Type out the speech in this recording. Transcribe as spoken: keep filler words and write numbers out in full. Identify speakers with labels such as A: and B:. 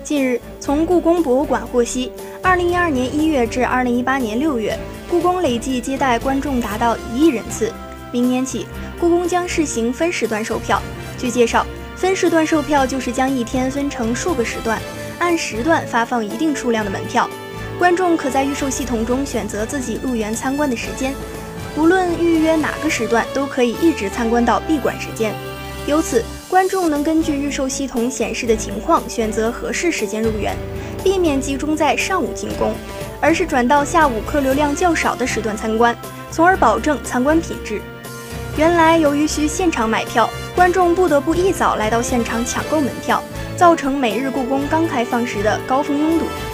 A: 近日，从故宫博物馆获悉，二零一二年一月至二零一八年六月，故宫累计接待观众达到一亿人次。明年起，故宫将试行分时段售票。据介绍，分时段售票就是将一天分成数个时段，按时段发放一定数量的门票，观众可在预售系统中选择自己入园参观的时间，无论预约哪个时段，都可以一直参观到闭馆时间。由此，观众能根据预售系统显示的情况选择合适时间入园，避免集中在上午进宫，而是转到下午客流量较少的时段参观，从而保证参观品质。原来由于需现场买票，观众不得不一早来到现场抢购门票，造成每日故宫刚开放时的高峰拥堵。